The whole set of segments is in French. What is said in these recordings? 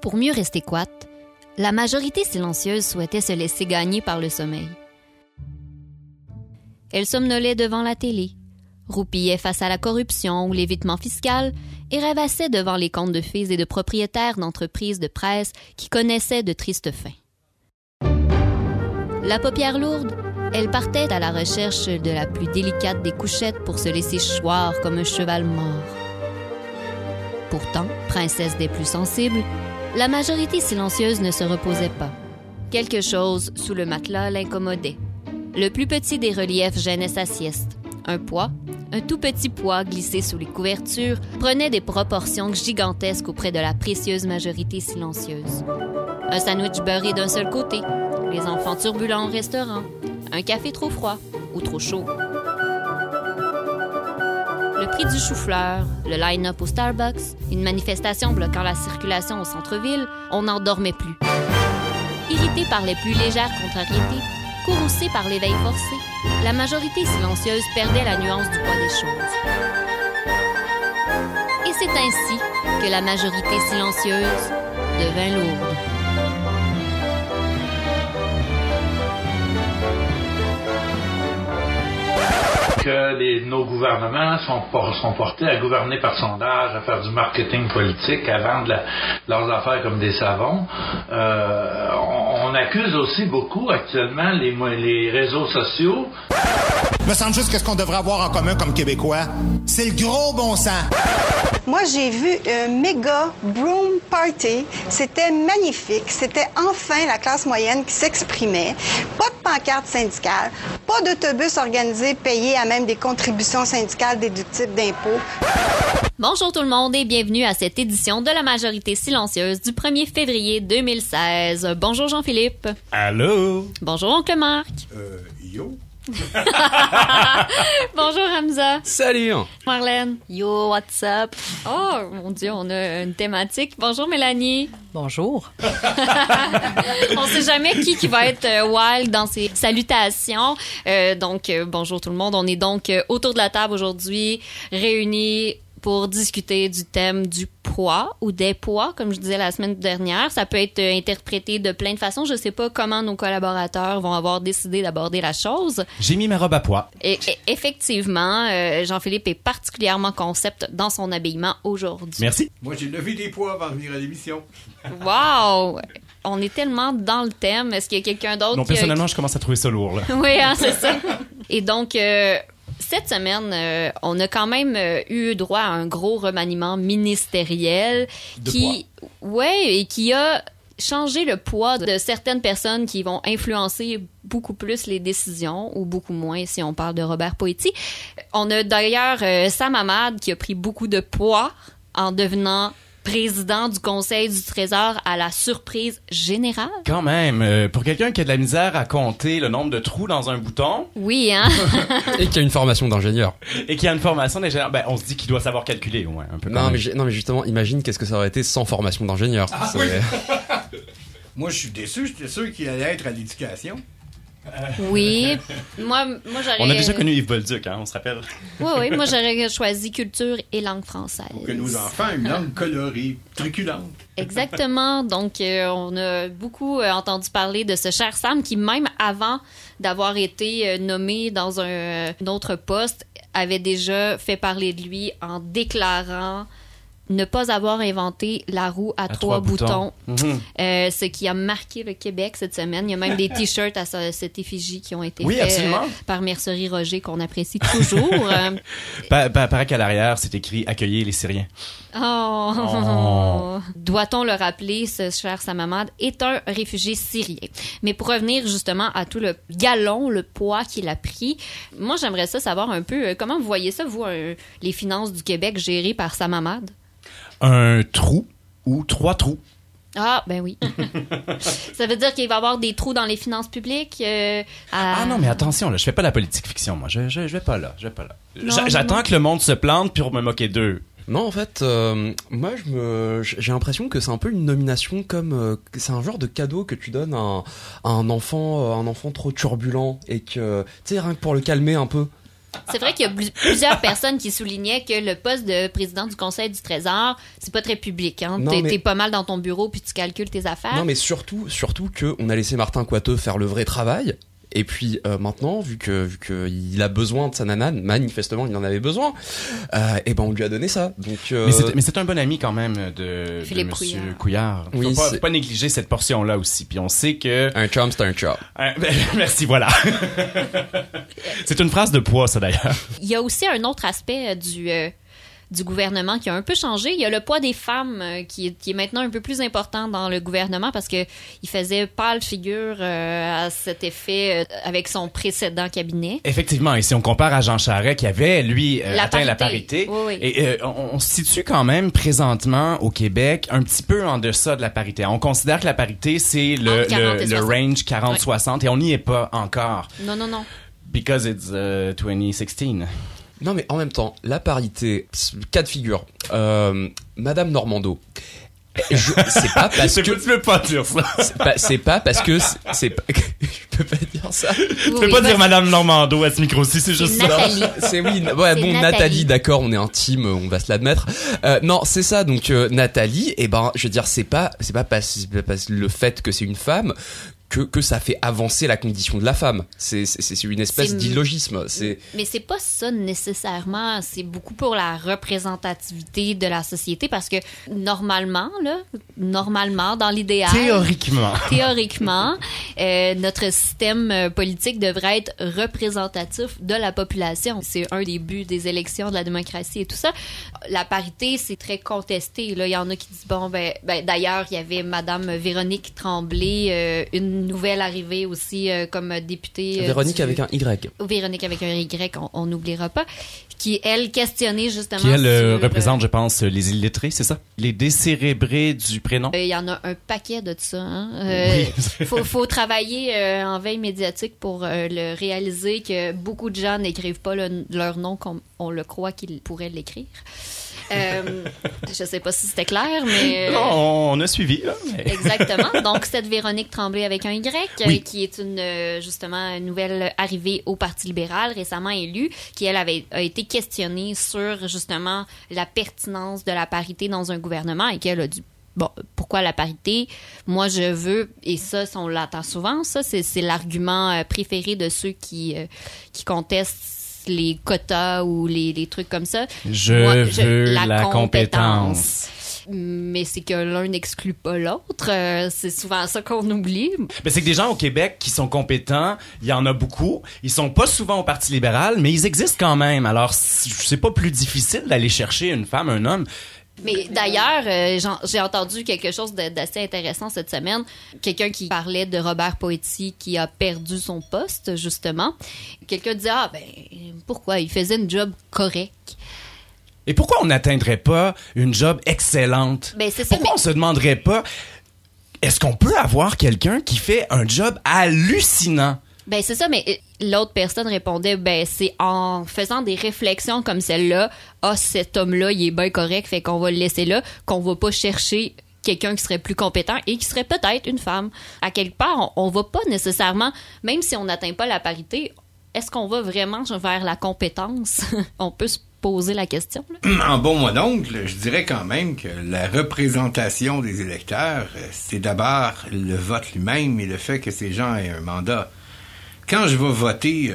Pour mieux rester coite, la majorité silencieuse souhaitait se laisser gagner par le sommeil. Elle somnolait devant la télé, roupillait face à la corruption ou l'évitement fiscal et rêvassait devant les contes de fées et de propriétaires d'entreprises de presse qui connaissaient de tristes fins. La paupière lourde, elle partait à la recherche de la plus délicate des couchettes pour se laisser choir comme un cheval mort. Pourtant, princesse des plus sensibles, la majorité silencieuse ne se reposait pas. Quelque chose sous le matelas l'incommodait. Le plus petit des reliefs gênait sa sieste. Un tout petit poids glissé sous les couvertures, prenait des proportions gigantesques auprès de la précieuse majorité silencieuse. Un sandwich beurré d'un seul côté, les enfants turbulents au restaurant, un café trop froid ou trop chaud. Le prix du chou-fleur, le line-up au Starbucks, une manifestation bloquant la circulation au centre-ville, on n'en dormait plus. Irrité par les plus légères contrariétés, courroucé par l'éveil forcé, la majorité silencieuse perdait la nuance du poids des choses. Et c'est ainsi que la majorité silencieuse devint lourde. Que nos gouvernements sont portés à gouverner par sondage, à faire du marketing politique, à vendre leurs affaires comme des savons. On accuse aussi beaucoup actuellement les réseaux sociaux. Me semble juste que ce qu'on devrait avoir en commun comme Québécois, c'est le gros bon sens. Moi, j'ai vu un méga broom party. C'était magnifique. C'était enfin la classe moyenne qui s'exprimait. Pas de pancarte syndicale, pas d'autobus organisé payé à même des contributions syndicales déductibles d'impôts. Bonjour tout le monde et bienvenue à cette édition de la majorité silencieuse du 1er février 2016. Bonjour Jean-Philippe. Allô. Bonjour Oncle Marc. Yo. Bonjour Hamza. Salut. Marlène. Yo, what's up? Oh mon Dieu, on a une thématique. Bonjour Mélanie. Bonjour. On sait jamais qui va être wild dans ses salutations. Donc, bonjour tout le monde. On est donc autour de la table aujourd'hui, réunis pour discuter du thème du poids ou des poids, comme je disais la semaine dernière. Ça peut être interprété de plein de façons. Je sais pas comment nos collaborateurs vont avoir décidé d'aborder la chose. J'ai mis ma robe à poids. Et effectivement, Jean-Philippe est particulièrement concept dans son habillement aujourd'hui. Merci. Moi, j'ai levé des poids avant de venir à l'émission. Wow! On est tellement dans le thème. Est-ce qu'il y a quelqu'un d'autre Non, personnellement, je commence à trouver ça lourd, là. Oui, hein, c'est ça. Et donc... cette semaine, on a quand même eu droit à un gros remaniement ministériel qui a changé le poids de certaines personnes qui vont influencer beaucoup plus les décisions ou beaucoup moins si on parle de Robert Poetti. On a d'ailleurs Sam Hamad qui a pris beaucoup de poids en devenant président du Conseil du Trésor à la surprise générale. Quand même, pour quelqu'un qui a de la misère à compter le nombre de trous dans un bouton... Oui, hein? Et qui a une formation d'ingénieur. Et qui a une formation d'ingénieur. Ben, on se dit qu'il doit savoir calculer, au moins, un peu. Non, mais justement, imagine qu'est-ce que ça aurait été sans formation d'ingénieur. Ah, oui. Moi, je suis déçu. J'étais sûr qu'il allait être à l'éducation. Oui, moi j'aurais... On a déjà connu Yves Bolduc, hein, on se rappelle. Oui, moi j'aurais choisi culture et langue française. Pour que nos enfants aient une langue colorée, truculente. Exactement, donc on a beaucoup entendu parler de ce cher Sam qui, même avant d'avoir été nommé dans un autre poste, avait déjà fait parler de lui en déclarant ne pas avoir inventé la roue à trois boutons. Ce qui a marqué le Québec cette semaine. Il y a même des t-shirts à cette effigie qui ont été faits par Mercerie Roger, qu'on apprécie toujours. Paraît qu'à l'arrière, c'est écrit « Accueillir les Syriens ». Doit-on le rappeler, ce cher Sam Hamad est un réfugié syrien. Mais pour revenir justement à tout le galon, le poids qu'il a pris, moi j'aimerais savoir un peu, comment vous voyez ça, vous, les finances du Québec gérées par Sam Hamad? Un trou ou 3 trous. Ah, ben oui. Ça veut dire qu'il va y avoir des trous dans les finances publiques? Ah non, mais attention, là, je fais pas la politique fiction, moi. Je vais pas là. J'attends que le monde se plante pour me moquer d'eux. Non, en fait, moi, j'ai l'impression que c'est un peu une nomination comme... c'est un genre de cadeau que tu donnes à un enfant trop turbulent et que, tu sais, rien que pour le calmer un peu. C'est vrai qu'il y a plusieurs personnes qui soulignaient que le poste de président du Conseil du Trésor, c'est pas très public. Hein? T'es pas mal dans ton bureau puis tu calcules tes affaires. Non, mais surtout qu'on a laissé Martin Coiteux faire le vrai travail. Et puis maintenant, vu que il a besoin de sa nana, manifestement il en avait besoin, et ben on lui a donné ça. Donc mais c'est un bon ami quand même de Monsieur Couillard. Oui, faut pas négliger cette portion là aussi. Puis on sait que un chum c'est un chum. Merci, voilà. C'est une phrase de poids, ça d'ailleurs. Il y a aussi un autre aspect du gouvernement qui a un peu changé. Il y a le poids des femmes qui est maintenant un peu plus important dans le gouvernement parce que il faisait pâle figure à cet effet avec son précédent cabinet. Effectivement, et si on compare à Jean Charest qui avait, lui, atteint la parité, oui. Et on se situe quand même présentement au Québec un petit peu en deçà de la parité. On considère que la parité, c'est le range 40-60 et on n'y est pas encore. Non. Because it's 2016. Non, mais en même temps, la parité, cas de figure, Madame Normando. C'est pas parce que... Tu peux pas dire ça. C'est pas parce que c'est pas... Je peux pas dire ça. Tu peux pas dire Madame Normando à ce micro-ci, c'est juste Nathalie. ça. C'est oui. Ouais, bon, Nathalie, d'accord, on est intime, on va se l'admettre. Non, c'est ça. Donc Nathalie, je veux dire, c'est pas le fait que c'est une femme que ça fait avancer la condition de la femme. C'est une espèce d'illogisme. Mais c'est pas ça nécessairement. C'est beaucoup pour la représentativité de la société parce que normalement, dans l'idéal... Théoriquement, notre système politique devrait être représentatif de la population. C'est un des buts des élections, de la démocratie et tout ça. La parité, c'est très contesté. Là, il y en a qui disent, d'ailleurs, il y avait Madame Véronique Tremblay, une nouvelle arrivée aussi comme députée. Véronique avec un Y. Véronique avec un Y, on n'oubliera pas. Qui, elle, questionnait justement... Qui, elle, représente, je pense, les illettrés, c'est ça? Les décérébrés du prénom? Il y en a un paquet de ça. Oui. Faut travailler en veille médiatique pour le réaliser que beaucoup de gens n'écrivent pas leur nom comme on le croit qu'ils pourraient l'écrire. Je sais pas si c'était clair, mais... Non, on a suivi, là. Mais... Exactement. Donc, cette Véronique Tremblay avec un Y, qui est justement une nouvelle arrivée au Parti libéral, récemment élue, qui, elle, a été questionnée sur, justement, la pertinence de la parité dans un gouvernement et qu'elle a dit, pourquoi la parité? Moi, je veux, et ça, on l'entend souvent, ça, c'est l'argument préféré de ceux qui contestent les quotas ou les trucs comme ça. Je veux la compétence. Mais c'est que l'un n'exclut pas l'autre. C'est souvent ça qu'on oublie. Mais c'est que des gens au Québec qui sont compétents, il y en a beaucoup. Ils sont pas souvent au Parti libéral, mais ils existent quand même. Alors, c'est pas plus difficile d'aller chercher une femme, un homme. Mais d'ailleurs, j'ai entendu quelque chose d'assez intéressant cette semaine. Quelqu'un qui parlait de Robert Poetti qui a perdu son poste, justement. Quelqu'un disait, pourquoi? Il faisait une job correcte. Et pourquoi on n'atteindrait pas une job excellente? C'est ça, pourquoi on se demanderait pas, est-ce qu'on peut avoir quelqu'un qui fait un job hallucinant? C'est ça, mais l'autre personne répondait, c'est en faisant des réflexions comme celle-là, cet homme-là, il est bien correct, fait qu'on va le laisser là, qu'on va pas chercher quelqu'un qui serait plus compétent et qui serait peut-être une femme. À quelque part, on va pas nécessairement, même si on n'atteint pas la parité, est-ce qu'on va vraiment vers la compétence? On peut se poser la question, là. En bon mot d'oncle, je dirais quand même que la représentation des électeurs, c'est d'abord le vote lui-même et le fait que ces gens aient un mandat. Quand je vais voter,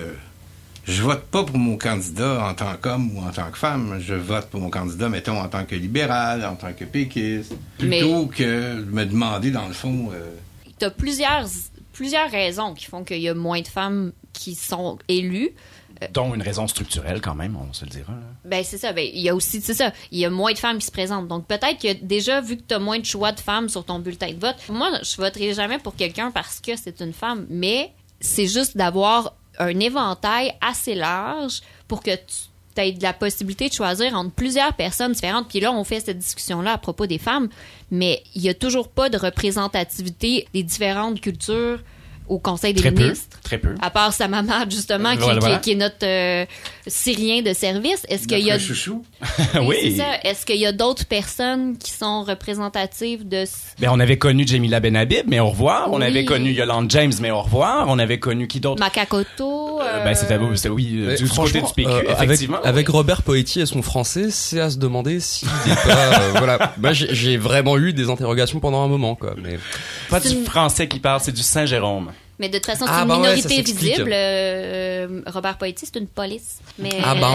je vote pas pour mon candidat en tant qu'homme ou en tant que femme. Je vote pour mon candidat, mettons, en tant que libéral, en tant que péquiste, plutôt que de me demander, dans le fond... T'as plusieurs raisons qui font qu'il y a moins de femmes qui sont élues. Dont une raison structurelle, quand même, on se le dira. Là. C'est ça. Il y a aussi, il y a moins de femmes qui se présentent. Donc, peut-être que déjà, vu que tu as moins de choix de femmes sur ton bulletin de vote, moi, je voterai jamais pour quelqu'un parce que c'est une femme, mais c'est juste d'avoir un éventail assez large pour que tu aies de la possibilité de choisir entre plusieurs personnes différentes. Puis là, on fait cette discussion-là à propos des femmes, mais il n'y a toujours pas de représentativité des différentes cultures au Conseil des ministres. Très peu. À part sa maman, justement, qui est notre Syrien de service. Est-ce qu'il y a... chouchou. Oui. C'est ça. Est-ce qu'il y a d'autres personnes qui sont représentatives de... On avait connu Jamila Benhabib, mais au revoir. Oui. On avait connu Yolande James, mais au revoir. On avait connu qui d'autre? Makakoto. C'était beau, oui, du côté du PQ, effectivement. Avec Robert Poetti et son français, c'est à se demander s'il n'est pas... voilà. Moi, j'ai vraiment eu des interrogations pendant un moment, quoi. Mais... Pas du français qui parle, c'est du Saint-Jérôme. Mais de toute façon, c'est une minorité visible. Robert Poetti, c'est une police. Mais,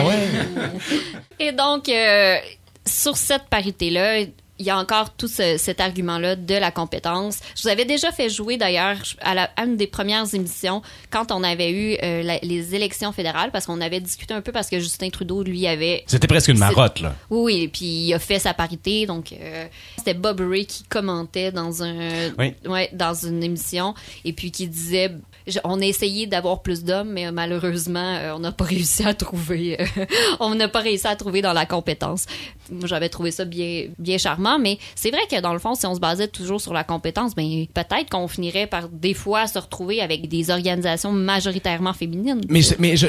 Et donc, sur cette parité-là, il y a encore tout cet argument-là de la compétence. Je vous avais déjà fait jouer, d'ailleurs, à une des premières émissions, quand on avait eu les élections fédérales, parce qu'on avait discuté un peu, parce que Justin Trudeau, lui, avait... C'était presque une marotte, là. Oui, et puis il a fait sa parité, donc c'était Bob Ray qui commentait dans une émission, et puis qui disait... On a essayé d'avoir plus d'hommes, mais malheureusement, on n'a pas réussi à trouver... on n'a pas réussi à trouver dans la compétence. Moi, j'avais trouvé ça bien, bien charmant, mais c'est vrai que dans le fond, si on se basait toujours sur la compétence, ben peut-être qu'on finirait par des fois se retrouver avec des organisations majoritairement féminines. Mais je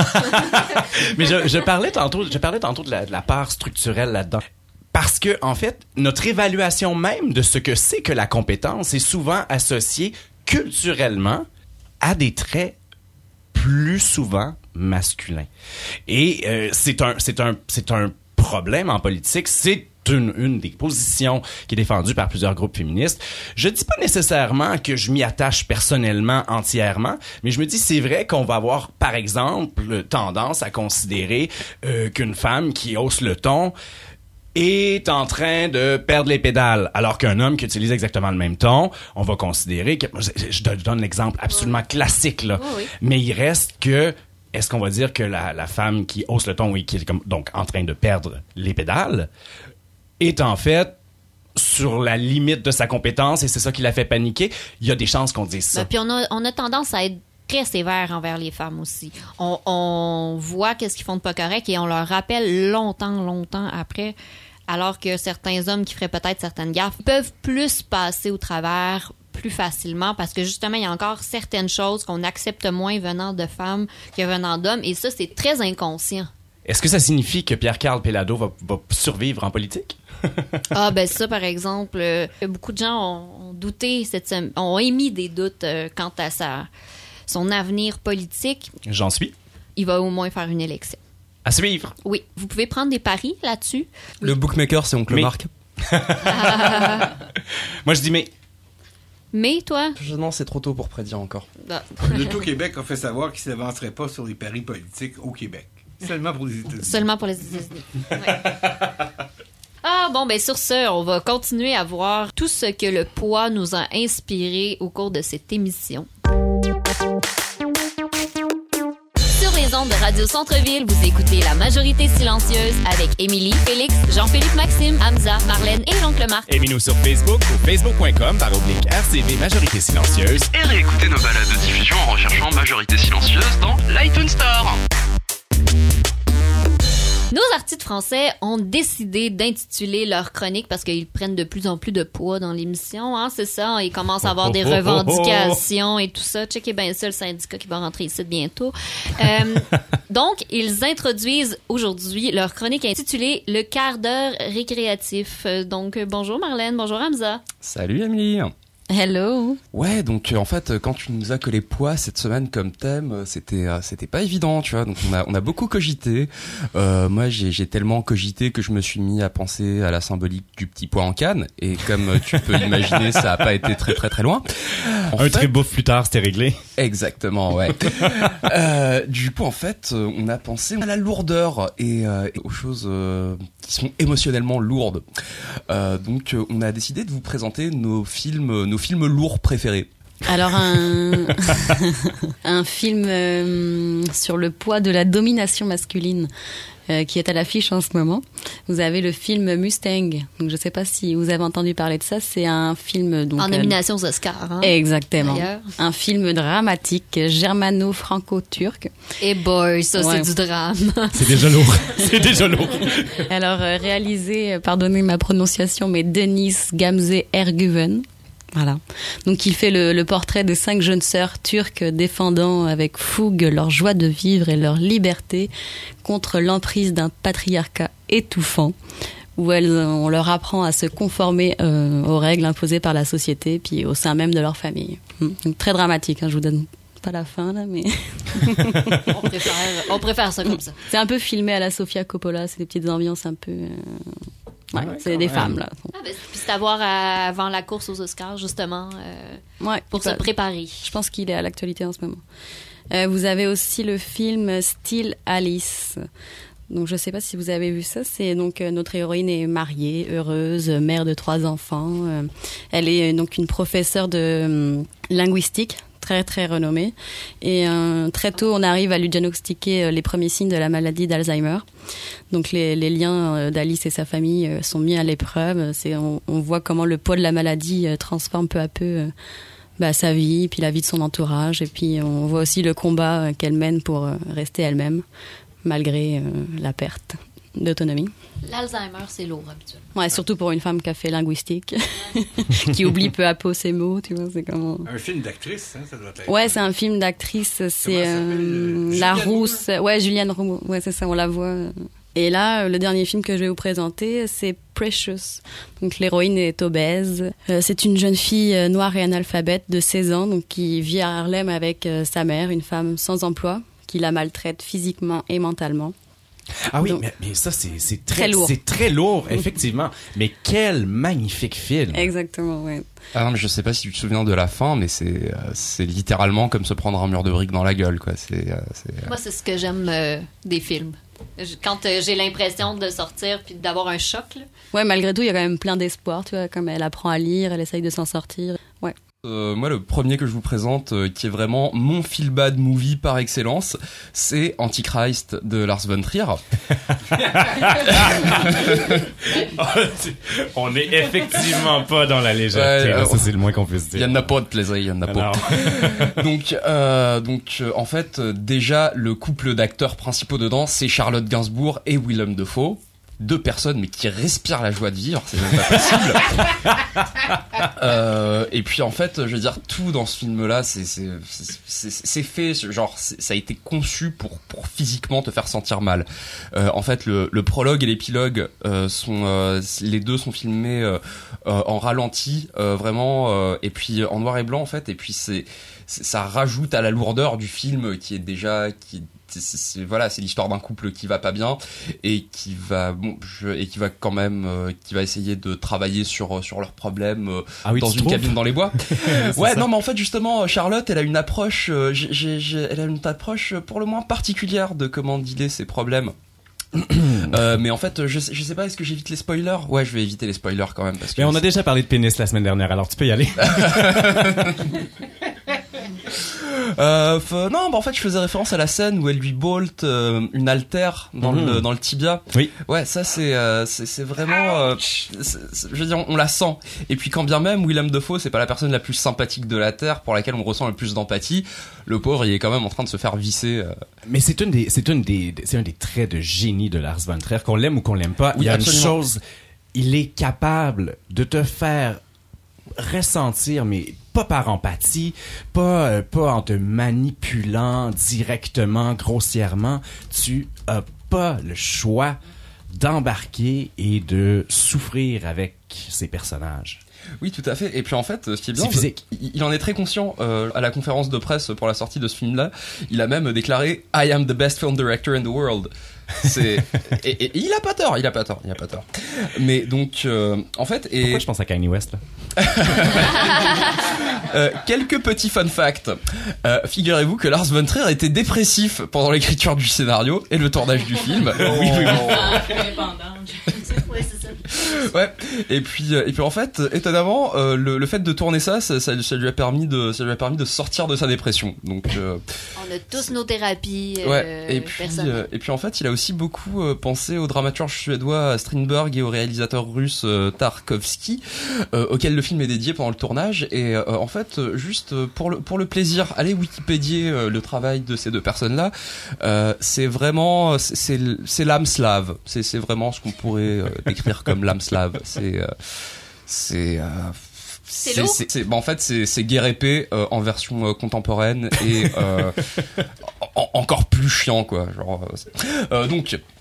parlais tantôt de la part structurelle là-dedans. Parce que, en fait, notre évaluation même de ce que c'est que la compétence est souvent associée culturellement à des traits plus souvent masculins. Et c'est un problème en politique. C'est une des positions qui est défendue par plusieurs groupes féministes. Je dis pas nécessairement que je m'y attache personnellement entièrement, mais je me dis c'est vrai qu'on va avoir, par exemple, tendance à considérer qu'une femme qui hausse le ton est en train de perdre les pédales, alors qu'un homme qui utilise exactement le même ton, on va considérer que... Je donne l'exemple absolument classique, là. Oui. Mais il reste que... Est-ce qu'on va dire que la femme qui hausse le ton, qui est donc en train de perdre les pédales, est en fait sur la limite de sa compétence et c'est ça qui la fait paniquer? Il y a des chances qu'on dise ça. Puis on a tendance à être très sévère envers les femmes aussi. On voit qu'est-ce qu'ils font de pas correct et on leur rappelle longtemps après, alors que certains hommes qui feraient peut-être certaines gaffes peuvent plus passer au travers plus facilement parce que justement, il y a encore certaines choses qu'on accepte moins venant de femmes que venant d'hommes et ça, c'est très inconscient. Est-ce que ça signifie que Pierre-Carl Péladeau va survivre en politique? Ça, par exemple, beaucoup de gens ont émis des doutes quant à son avenir politique. J'en suis. Il va au moins faire une élection. À suivre. Oui. Vous pouvez prendre des paris là-dessus. Le bookmaker, c'est oncle Marc. Moi, je dis mais. Mais toi? Non, c'est trop tôt pour prédire encore. Le Tout-Québec a fait savoir qu'il ne s'avancerait pas sur les paris politiques au Québec. Seulement pour les États-Unis. Seulement pour les États-Unis. Ouais. Sur ce, on va continuer à voir tout ce que le poids nous a inspiré au cours de cette émission. Sur les ondes de Radio Centre-Ville, vous écoutez La Majorité Silencieuse avec Émilie, Félix, Jean-Philippe Maxime, Hamza, Marlène et l'oncle Marc. Aimez-nous sur Facebook ou facebook.com/RCV Majorité Silencieuse. Et réécoutez nos balades de diffusion en recherchant Majorité Silencieuse dans l'iTunes Store. Nos artistes français ont décidé d'intituler leur chronique parce qu'ils prennent de plus en plus de poids dans l'émission, hein, c'est ça. Ils commencent à avoir des revendications et tout ça. Checkez bien ça, le syndicat qui va rentrer ici bientôt. Donc, ils introduisent aujourd'hui leur chronique intitulée « Le quart d'heure récréatif ». Donc, bonjour Marlène, bonjour Hamza. Salut Amélie. Hello. Ouais, donc en fait, quand tu nous as collé poids cette semaine comme thème, c'était pas évident, tu vois. Donc on a beaucoup cogité. Moi, j'ai tellement cogité que je me suis mis à penser à la symbolique du petit pois en canne. Et comme tu peux imaginer, ça a pas été très très très loin. Très beau plus tard, c'était réglé. Exactement, ouais. Du coup, en fait, on a pensé à la lourdeur et aux choses qui sont émotionnellement lourdes. Donc, on a décidé de vous présenter nos films lourds préférés. Alors un film sur le poids de la domination masculine qui est à l'affiche en ce moment. Vous avez le film Mustang. Donc je ne sais pas si vous avez entendu parler de ça. C'est un film donc, en nomination aux Oscars. Hein, exactement. D'ailleurs. Un film dramatique germano-franco-turc. Et boy, ça ouais. C'est du drame. C'est déjà lourd. C'est déjà lourd. Alors réalisé, pardonnez ma prononciation, mais Denis Gamze Erguven. Voilà. Donc il fait le portrait de 5 jeunes sœurs turques défendant avec fougue leur joie de vivre et leur liberté contre l'emprise d'un patriarcat étouffant où on leur apprend à se conformer aux règles imposées par la société puis au sein même de leur famille. Donc très dramatique, hein, je vous donne à la fin là, mais on préfère ça comme ça. c'est un peu filmé à la Sofia Coppola, c'est des petites ambiances un peu. C'est des femmes là. Puis c'est à voir avant la course aux Oscars justement, pour se préparer. Je pense qu'il est à l'actualité en ce moment. Vous avez aussi le film Still Alice. Donc je sais pas si vous avez vu ça. C'est donc notre héroïne est mariée, heureuse, mère de 3 enfants. Elle est donc une professeure de linguistique très très renommée. Et très tôt, on arrive à lui diagnostiquer les premiers signes de la maladie d'Alzheimer. Donc les liens d'Alice et sa famille sont mis à l'épreuve. On voit comment le poids de la maladie transforme peu à peu sa vie, puis la vie de son entourage. Et puis on voit aussi le combat qu'elle mène pour rester elle-même, malgré la perte d'autonomie. L'Alzheimer, c'est lourd habituellement. Ouais, surtout pour une femme qui a fait linguistique, qui oublie peu à peu ses mots, tu vois, c'est comment... Un film d'actrice, hein, ça doit être... Ouais, c'est un film d'actrice, c'est La Rousse. Ouais, Julianne Roux, ouais, c'est ça, on la voit. Et là, le dernier film que je vais vous présenter, c'est Precious. Donc l'héroïne est obèse. C'est une jeune fille noire et analphabète de 16 ans, donc qui vit à Harlem avec sa mère, une femme sans emploi, qui la maltraite physiquement et mentalement. Ah oui, donc, mais ça, c'est très lourd. C'est très lourd, effectivement. Mais quel magnifique film. Exactement, ouais. Ah non, mais je sais pas si tu te souviens de la fin, mais c'est littéralement comme se prendre un mur de briques dans la gueule, quoi. Moi, c'est ce que j'aime des films. Quand j'ai l'impression de sortir puis d'avoir un choc, là. Ouais, malgré tout, il y a quand même plein d'espoir, tu vois, comme elle apprend à lire, elle essaye de s'en sortir. Ouais. Moi, le premier que je vous présente, qui est vraiment mon feel-bad movie par excellence, c'est Antichrist de Lars von Trier. On est effectivement pas dans la légèreté. Ça, c'est le moins qu'on puisse dire. Il y en a pas de plaisir, il y en a pas. donc, en fait, déjà, le couple d'acteurs principaux dedans, c'est Charlotte Gainsbourg et Willem Dafoe. 2 personnes mais qui respirent la joie de vivre, c'est même pas possible. Et puis en fait, je veux dire, tout dans ce film-là, c'est fait, genre ça a été conçu pour physiquement te faire sentir mal. En fait, le prologue et l'épilogue les deux sont filmés en ralenti, vraiment, et puis en noir et blanc en fait, et puis ça rajoute à la lourdeur du film qui est déjà c'est l'histoire d'un couple qui va pas bien et qui va quand même qui va essayer de travailler sur leurs problèmes dans une cabine dans les bois. Ouais, non mais en fait justement Charlotte, elle a une approche elle a une approche pour le moins particulière de comment dealer ses problèmes. Mais en fait, je sais pas, est-ce que j'évite les spoilers? Ouais, je vais éviter les spoilers quand même parce que. Mais on a déjà parlé de pénis la semaine dernière, alors tu peux y aller. Non, en fait, je faisais référence à la scène où elle lui bolte une haltère dans le tibia. Oui. Ouais, ça c'est vraiment, je veux dire, on la sent. Et puis quand bien même Willem Dafoe, c'est pas la personne la plus sympathique de la terre pour laquelle on ressent le plus d'empathie. Le pauvre, il est quand même en train de se faire visser. Mais c'est un des traits de génie de Lars von Trier, qu'on l'aime ou qu'on l'aime pas. Oui, il y a absolument. une chose, il est capable de te faire ressentir, mais pas par empathie, pas en te manipulant directement, grossièrement. Tu as pas le choix d'embarquer et de souffrir avec ces personnages. Oui, tout à fait. Et puis en fait, ce qui est bien, c'est physique. Il en est très conscient. À la conférence de presse pour la sortie de ce film-là, il a même déclaré « I am the best film director in the world ». Et il a pas tort. Mais donc, en fait, pourquoi je pense à Kanye West là? Quelques petits fun facts. Figurez-vous que Lars von Trier était dépressif pendant l'écriture du scénario et le tournage du film. Oui. Ouais, c'est ça. Ouais. Et puis en fait, étonnamment, le fait de tourner ça lui a permis de sortir de sa dépression. Donc on a tous nos thérapies. Ouais. Et puis en fait, il a aussi beaucoup pensé au dramaturge suédois Strindberg et au réalisateur russe Tarkovsky, auquel le film est dédié pendant le tournage. Et en fait, juste pour le plaisir, allez Wikipédier le travail de ces 2 personnes-là. C'est vraiment c'est l'âme slave. C'est vraiment ce qu'on pourrait décrire comme l'âme slave. C'est lourd. En fait, c'est guerre épée en version contemporaine et encore plus chiant, quoi. Genre, donc,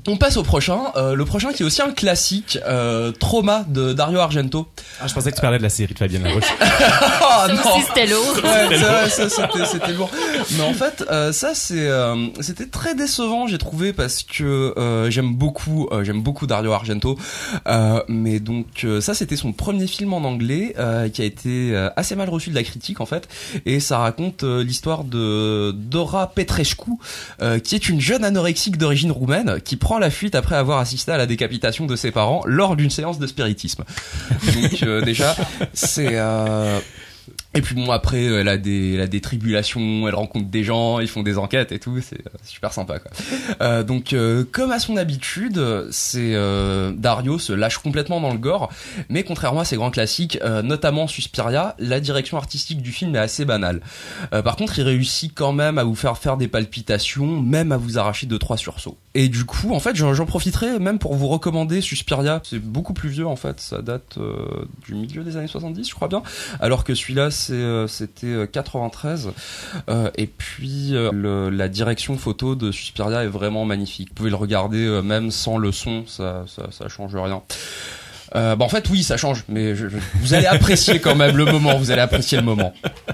On passe au prochain, le prochain qui est aussi un classique, Trauma de Dario Argento. Ah, je pensais que tu parlais de la série de Fabienne Larouche. Ça aussi, c'était lourd. Ouais, ça, c'était lourd. Mais en fait, ça c'était très décevant, j'ai trouvé, parce que j'aime beaucoup Dario Argento. Mais donc ça, c'était son premier film en anglais qui a été assez mal reçu de la critique en fait, et ça raconte l'histoire de Dora Petrescu, qui est une jeune anorexique d'origine roumaine qui prend la fuite après avoir assisté à la décapitation de ses parents lors d'une séance de spiritisme. Donc déjà, c'est et puis bon, après elle a des tribulations, elle rencontre des gens, ils font des enquêtes et tout, c'est super sympa quoi. Donc comme à son habitude, c'est Dario se lâche complètement dans le gore, mais contrairement à ses grands classiques, notamment Suspiria, la direction artistique du film est assez banale. Par contre, il réussit quand même à vous faire des palpitations, même à vous arracher 2-3 sursauts. Et du coup, en fait, j'en profiterai même pour vous recommander Suspiria. C'est beaucoup plus vieux en fait, ça date du milieu des années 70, je crois bien, alors que celui-là c'était 93, et puis la direction photo de Suspiria est vraiment magnifique. Vous pouvez le regarder même sans le son, ça change rien. En fait oui, ça change, mais vous allez apprécier quand même le moment, vous allez apprécier le moment.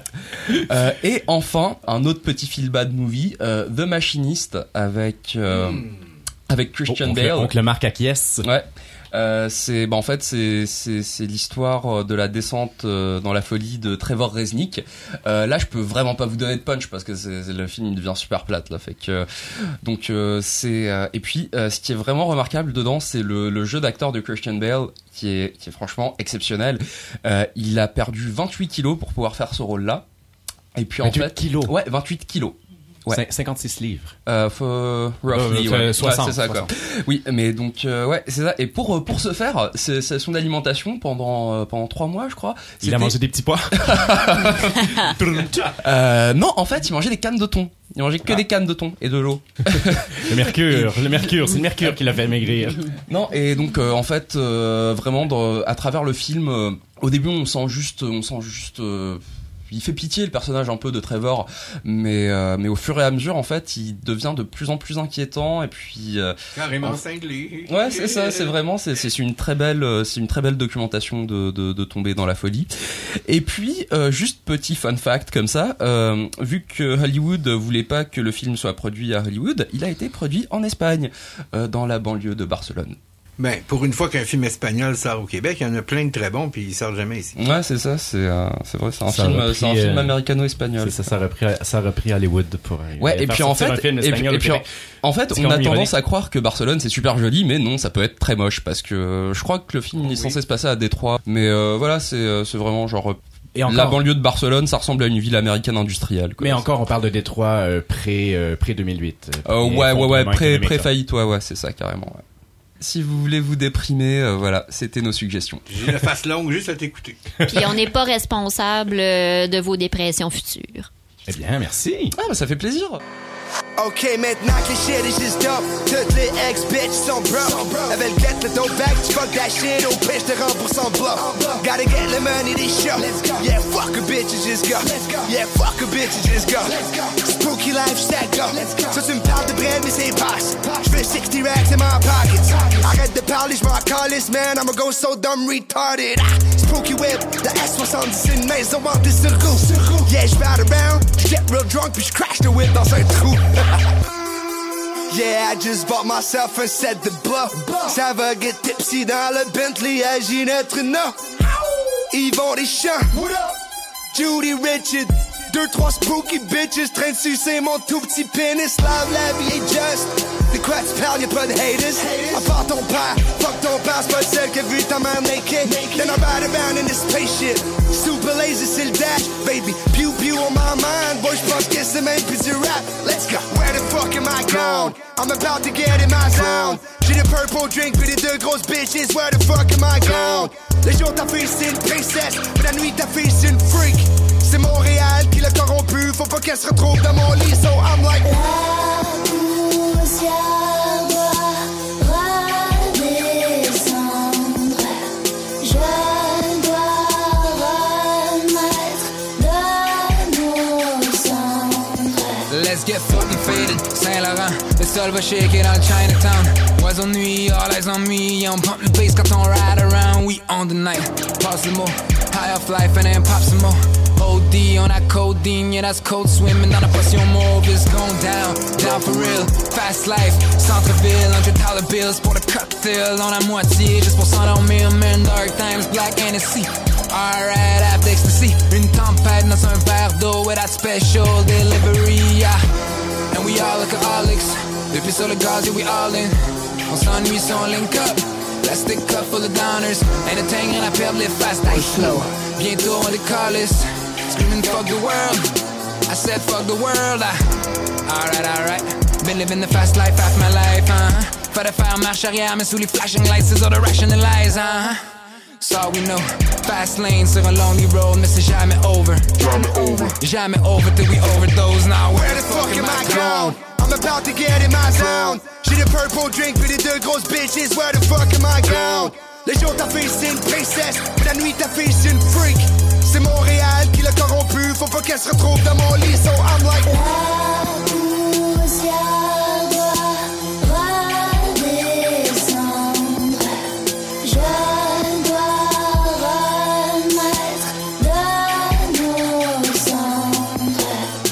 Et enfin un autre petit feel bad movie, The Machinist, avec Christian Bale. Donc le Marc acquiesce. Ouais. C'est l'histoire de la descente dans la folie de Trevor Reznick. Là, je peux vraiment pas vous donner de punch parce que le film il devient super plate là. Fait que donc et puis ce qui est vraiment remarquable dedans, c'est le jeu d'acteur de Christian Bale qui est franchement exceptionnel. Il a perdu 28 kilos pour pouvoir faire ce rôle-là. Et puis 28 kilos. Ouais, 28 kilos. Ouais. 56 livres. Roughly, 60, c'est ça, 60. quoi. Oui, mais donc, ouais, c'est ça. Et pour ce faire, c'est son alimentation pendant 3 mois, je crois. Il a mangé des petits pois? Non, en fait, il mangeait des cannes de thon. Il mangeait que des cannes de thon et de l'eau. Le mercure, c'est le mercure qui l'a fait maigrir. Non, et donc, en fait, vraiment, à travers le film, au début, on sent juste, il fait pitié le personnage un peu de Trevor, mais au fur et à mesure en fait il devient de plus en plus inquiétant, et puis carrément cinglé. Ouais, c'est ça, c'est vraiment c'est une très belle documentation de tomber dans la folie. Et puis juste petit fun fact comme ça, vu que Hollywood voulait pas que le film soit produit à Hollywood, il a été produit en Espagne, dans la banlieue de Barcelone. Ben, pour une fois qu'un film espagnol sort au Québec, il y en a plein de très bons, puis ils sortent jamais ici. Ouais, c'est ça, c'est vrai, c'est un film américano-espagnol. C'est ça a repris Hollywood pour. Ouais, et puis en fait, on a tendance à croire que Barcelone c'est super joli, mais non, ça peut être très moche, parce que je crois que le film est censé se passer à Détroit, mais voilà, c'est vraiment genre. Et encore, la banlieue de Barcelone, ça ressemble à une ville américaine industrielle, quoi. Mais encore, on parle de Détroit pré 2008. Pré faillite, ouais, c'est ça carrément. Ouais. Si vous voulez vous déprimer, voilà, c'était nos suggestions. J'ai la face longue juste à t'écouter. Puis on n'est pas responsable de vos dépressions futures. Eh bien, merci. Ah, bah ça fait plaisir. Ok, maintenant que shit is just dope, toutes les ex-bitches sont broke. Elles veulent get le dope back, tu fuck that shit, au pire j'te rembourse en bloc. Gotta get the money this show. Yeah, fuck a bitch, just go. Yeah, fuck a bitch, just go. Spooky life, set go. Ça tu me parles de bread, mais c'est passe. J'fais 60 racks in my pockets. Arrête de parler, j'm'en calisse, man, I'ma go so dumb retarded. Spooky whip, la S70 une maison hantée sur roue. Yeah, j'bad around, j'get real drunk, puis j'crash the whip dans un trou. Yeah, I just bought myself un set de blow. Ça va get tipsy dans le Bentley, agit notre nom. Yvon Deschamps, Judy Richard, 2-3 spooky bitches, train de sucer mon tout petit pénis. Love la vie est juste. De quoi tu parles, y'a pas de haters. À part ton père, fuck ton père, c'est pas le seul qui a vu ta mère naked. Then I ride around in this spaceship. Super lazy, c'est le dash, baby. Pew pew on my mind. Boy, j'pense que c'est même plus du rap. Let's go. Where the fuck am I gone? I'm about to get in my zone. J'ai des purple drink puis des 2 grosses bitches. Where the fuck am I gone? Le jour ta fille c'est une princesse, mais la nuit ta fille c'est une freak. C'est Montréal qui l'a corrompu, faut pas qu'elle se retrouve dans mon lit. So I'm like la poussière doit redescendre. Je dois remettre de nos cendres. let's get fucking faded. Saint Laurent, le sol va shaker dans le Chinatown. Oiseau de nuit, all eyes on me. Yeah, on pump the bass quand on ride around. We on the night, passe le mot. High off life and then pop some more. OD on that codeine, yeah that's cold swimming dans la passion mauve. It's going down, down for real. Fast life, centre-ville, $100 bills pour le cocktail. On la moitié, juste pour s'endormir, man. Dark times, black Hennessy. Alright, app d'ecstasy. Une tempête dans un verre d'eau with that special delivery, yeah. And we all alcoholics. Depuis sur le gaz, yeah, we all in. On s'ennuie si on link up. Plastic cup full of downers. Ain't a thing and I perdre les fast night slow. Bientôt on les callis. Screaming fuck the world. I said fuck the world. Alright. Been living the fast life, half my life, Fallait faire marche arrière, mais sous les flashing lights, c'est all the rationalize, So we know, fast lane sur un lonely road, mais c'est jamais over. Jamais over till we overdose. Now where the fuck am I gone? I'm about to get in my zone. J'ai le purple drink puis les deux grosses bitches. Where the fuck am I gone? Le jour ta fille c'est une princesse, mais la nuit ta fille c'est une freak. C'est Montréal qui l'a corrompu, faut pas qu'elle se retrouve dans mon lit. So I'm like La poussière doit redescendre. Je dois renaître de nos cendres.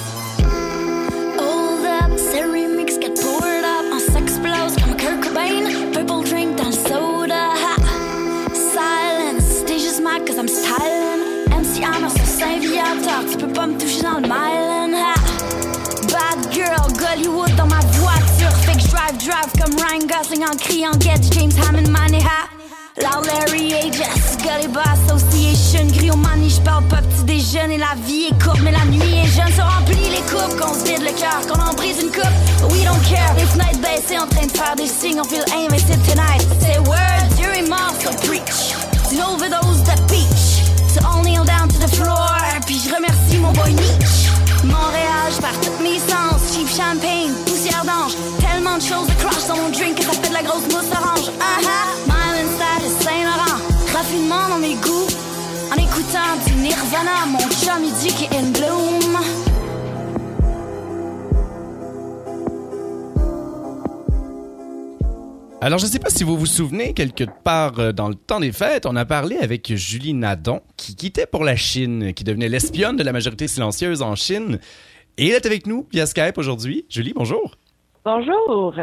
Hold up, c'est remix get poured up. On s'explose comme Kurt Cobain. Purple drink dans le soda. Silence, stay just mad cause I'm styling. MC Hammer sur Saint-Viateur, tu peux pas me toucher dans le Myland, ha. Bad girl, Gollywood dans ma voiture. Fait que drive comme Ryan Gosling en criant Get James Hammond Money, ha. Loud Larry Aegis, Gullibar Association. Griot Money, j'parle pas petit déjeuner. La vie est courte mais la nuit est jeune. Se remplit les coupes, qu'on se vide le cœur, qu'on en brise une coupe. We don't care, les fenêtres baissées en train de faire des signes. On feel invested tonight. Say word, Dieu est mort, so preach. Une overdose de peach. So all kneel down to the floor. Puis je remercie mon boy Nietzsche. Montréal, j'perds toutes mes sens. Cheap champagne, poussière d'ange. Tellement de choses de crush dans mon drink que ça fait de la grosse mousse orange. Myland status, Saint-Laurent. Raffinement dans mes goûts. En écoutant du Nirvana, mon chum il dit qu'il est in bloom. Alors, je ne sais pas si vous vous souvenez, quelque part dans le temps des fêtes, on a parlé avec Julie Nadon, qui quittait pour la Chine, qui devenait l'espionne de la majorité silencieuse en Chine. Et elle est avec nous via Skype aujourd'hui. Julie, bonjour. Bonjour.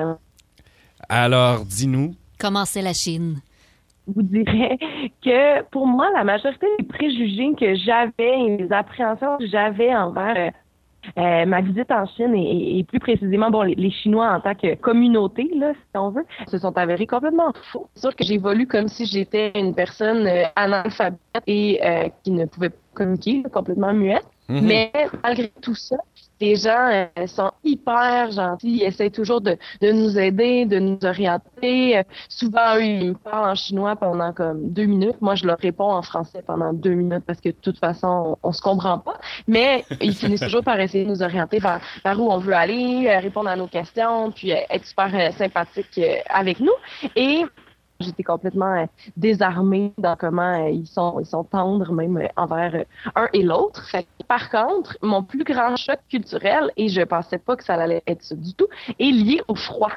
Alors, dis-nous. Comment c'est la Chine? Je vous dirais que pour moi, la majorité des préjugés que j'avais et les appréhensions que j'avais envers ma visite en Chine et plus précisément les Chinois en tant que communauté, là, si on veut, se sont avérés complètement faux. C'est sûr que j'évolue comme si j'étais une personne analphabète et qui ne pouvait pas communiquer, complètement muette. Mm-hmm. Mais malgré tout ça, les gens sont hyper gentils, ils essaient toujours de nous aider, de nous orienter. Souvent, eux, ils me parlent en chinois pendant comme 2 minutes. Moi, je leur réponds en français pendant 2 minutes parce que de toute façon, on se comprend pas. Mais ils finissent toujours par essayer de nous orienter vers où on veut aller, répondre à nos questions, puis être super sympathiques avec nous. Et j'étais complètement désarmée dans comment ils sont tendres même envers un et l'autre. Fait que, par contre, mon plus grand choc culturel, et je pensais pas que ça allait être ça du tout, est lié au froid.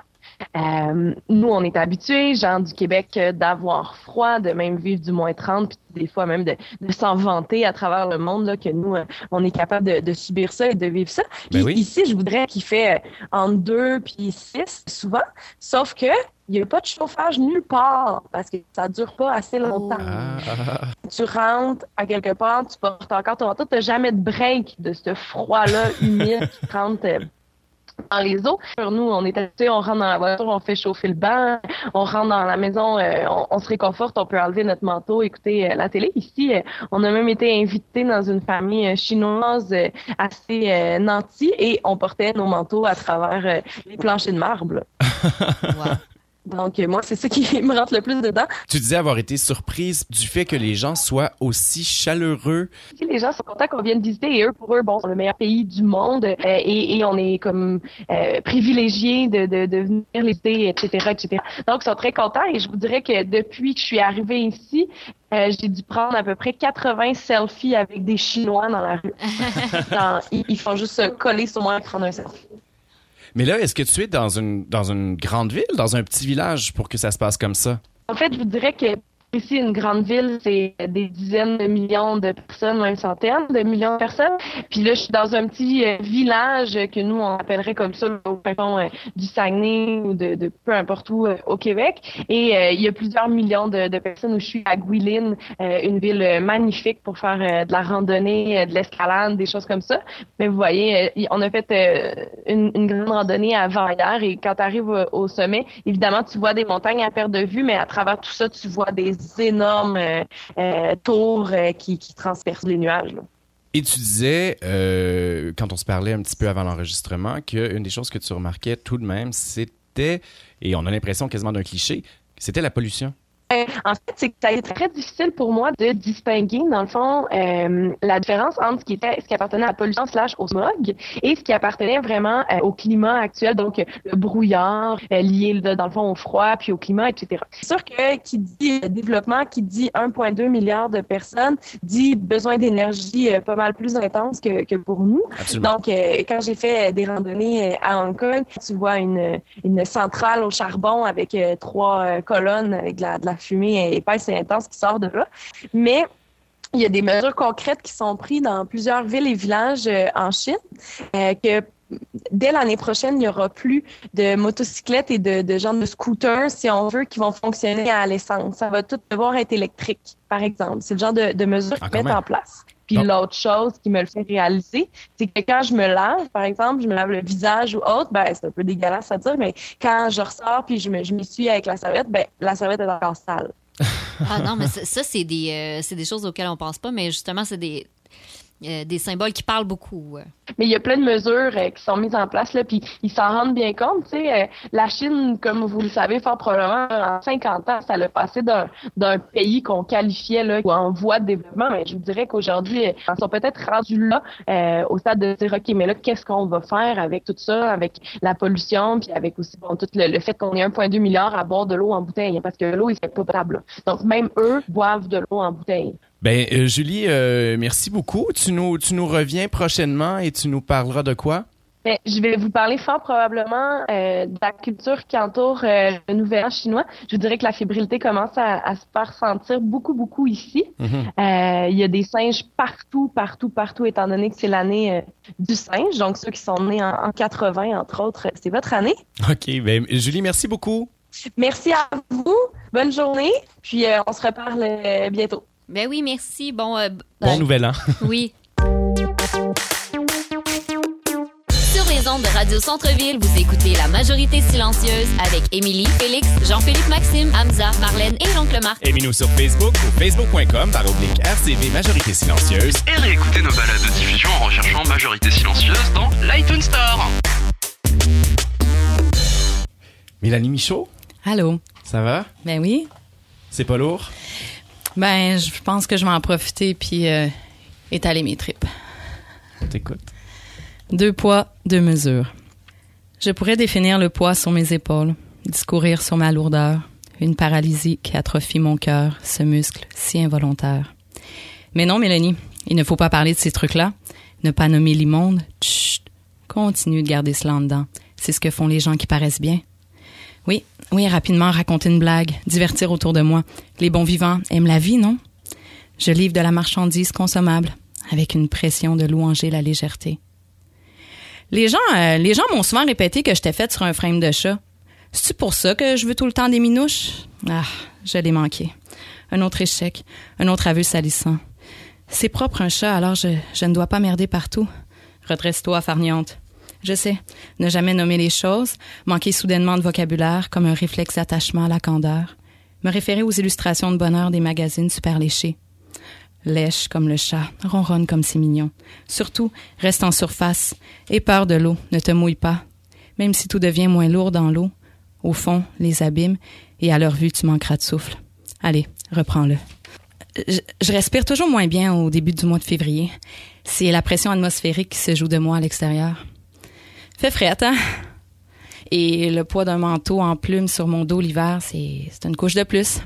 Nous, on est habitués, gens du Québec, d'avoir froid, de même vivre du moins 30, puis des fois même de s'en vanter à travers le monde, là, que nous, on est capable de subir ça et de vivre ça. Puis oui. Ici, je voudrais qu'il fait entre 2 puis 6, souvent, sauf que il n'y a pas de chauffage nulle part parce que ça dure pas assez longtemps. Tu rentres à quelque part, tu portes encore ton manteau, tu n'as jamais de break de ce froid-là humide qui rentre dans les eaux. Nous, on est habitués, on rentre dans la voiture, on fait chauffer le banc, on rentre dans la maison, on se réconforte, on peut enlever notre manteau, écouter la télé. Ici, on a même été invités dans une famille chinoise assez nantie et on portait nos manteaux à travers les planchers de marbre. Wow. Donc, moi, c'est ça qui me rentre le plus dedans. Tu disais avoir été surprise du fait que les gens soient aussi chaleureux. Les gens sont contents qu'on vienne visiter et eux, pour eux, bon, c'est le meilleur pays du monde et on est comme privilégiés de venir les visiter, etc., etc. Donc, ils sont très contents et je vous dirais que depuis que je suis arrivée ici, j'ai dû prendre à peu près 80 selfies avec des Chinois dans la rue. Ils font juste se coller sur moi et prendre un selfie. Mais là, est-ce que tu es dans une grande ville, dans un petit village pour que ça se passe comme ça? En fait, je vous dirais que ici, une grande ville, c'est des dizaines de millions de personnes, même centaines de millions de personnes. Puis là, je suis dans un petit village que nous, on appellerait comme ça, au fin fond du Saguenay ou de peu importe où au Québec. Et il y a plusieurs millions de personnes où je suis à Guilin, une ville magnifique pour faire de la randonnée, de l'escalade, des choses comme ça. Mais vous voyez, on a fait une grande randonnée avant-hier et quand tu arrives au sommet, évidemment, tu vois des montagnes à perte de vue, mais à travers tout ça, tu vois des énormes tours qui transpercent les nuages. Là. Et tu disais, quand on se parlait un petit peu avant l'enregistrement, qu'une des choses que tu remarquais tout de même, c'était, et on a l'impression quasiment d'un cliché, c'était la pollution. En fait, c'est que ça a été très difficile pour moi de distinguer, dans le fond, la différence entre ce qui appartenait à la pollution / au smog et ce qui appartenait vraiment au climat actuel, donc le brouillard lié, dans le fond, au froid puis au climat, etc. C'est sûr que qui dit développement, qui dit 1,2 milliard de personnes, dit besoin d'énergie pas mal plus intense que pour nous. Absolument. Donc, quand j'ai fait des randonnées à Hong Kong, tu vois une centrale au charbon avec 3 colonnes avec de la fumée épaisse et intense qui sort de là. Mais il y a des mesures concrètes qui sont prises dans plusieurs villes et villages en Chine que dès l'année prochaine, il n'y aura plus de motocyclettes et de genre de scooters, si on veut, qui vont fonctionner à l'essence. Ça va tout devoir être électrique, par exemple. C'est le genre de mesures qu'ils mettent en place. Puis l'autre chose qui me le fait réaliser, c'est que quand je me lave, par exemple, je me lave le visage ou autre, ben c'est un peu dégueulasse à dire, mais quand je ressors puis je m'essuie avec la serviette, ben la serviette est encore sale. Ah non, mais ça c'est des choses auxquelles on pense pas, mais justement, c'est des symboles qui parlent beaucoup. Mais il y a plein de mesures qui sont mises en place, là, puis ils s'en rendent bien compte. Tu sais, la Chine, comme vous le savez fort probablement, en 50 ans, ça l'a passé d'un pays qu'on qualifiait là, en voie de développement. Mais je vous dirais qu'aujourd'hui, ils sont peut-être rendus là, au stade de dire, OK, mais là, qu'est-ce qu'on va faire avec tout ça, avec la pollution, puis avec aussi tout le fait qu'on ait 1,2 milliard à boire de l'eau en bouteille, hein, parce que l'eau, c'est pas potable. Donc, même eux boivent de l'eau en bouteille. Ben, Julie, merci beaucoup. Tu nous reviens prochainement et tu nous parleras de quoi? Ben, je vais vous parler fort probablement de la culture qui entoure le Nouvel An chinois. Je vous dirais que la fébrilité commence à se faire sentir beaucoup ici. Mm-hmm. Il y a des singes partout, étant donné que c'est l'année du singe. Donc, ceux qui sont nés en 80, entre autres, c'est votre année. OK. Ben, Julie, merci beaucoup. Merci à vous. Bonne journée. Puis, on se reparle bientôt. Ben oui, merci. Bon Nouvel An. Oui. Sur les ondes de Radio Centre-Ville, vous écoutez La Majorité Silencieuse avec Émilie, Félix, Jean-Philippe Maxime, Hamza, Marlène et l'oncle Marc. Aimez-nous sur Facebook ou facebook.com/RCV Majorité Silencieuse. Et réécoutez nos balades de diffusion en recherchant Majorité Silencieuse dans l'iTunes Store. Mélanie Michaud? Allô? Ça va? Ben oui. C'est pas lourd? Ben, je pense que je vais en profiter puis étaler mes tripes. T'écoutes. 2 poids, 2 mesures. Je pourrais définir le poids sur mes épaules, discourir sur ma lourdeur, une paralysie qui atrophie mon cœur, ce muscle si involontaire. Mais non, Mélanie, il ne faut pas parler de ces trucs-là. Ne pas nommer l'immonde. Chut, continue de garder cela en dedans. C'est ce que font les gens qui paraissent bien. Oui, rapidement raconter une blague, divertir autour de moi. Les bons vivants aiment la vie, non? Je livre de la marchandise consommable, avec une pression de louanger la légèreté. Les gens m'ont souvent répété que j'étais faite sur un frame de chat. C'est-tu pour ça que je veux tout le temps des minouches? Ah, je l'ai manqué. Un autre échec, un autre aveu salissant. C'est propre un chat, alors je ne dois pas merder partout. Redresse-toi, farniante. Je sais, ne jamais nommer les choses, manquer soudainement de vocabulaire comme un réflexe d'attachement à la candeur, me référer aux illustrations de bonheur des magazines super léchés. Lèche comme le chat, ronronne comme c'est mignon. Surtout, reste en surface, aie peur de l'eau, ne te mouille pas. Même si tout devient moins lourd dans l'eau, au fond, les abîmes, et à leur vue, tu manqueras de souffle. Allez, reprends-le. Je respire toujours moins bien au début du mois de février. C'est la pression atmosphérique qui se joue de moi à l'extérieur. Fait frais, hein? Et le poids d'un manteau en plumes sur mon dos l'hiver, c'est une couche de plus.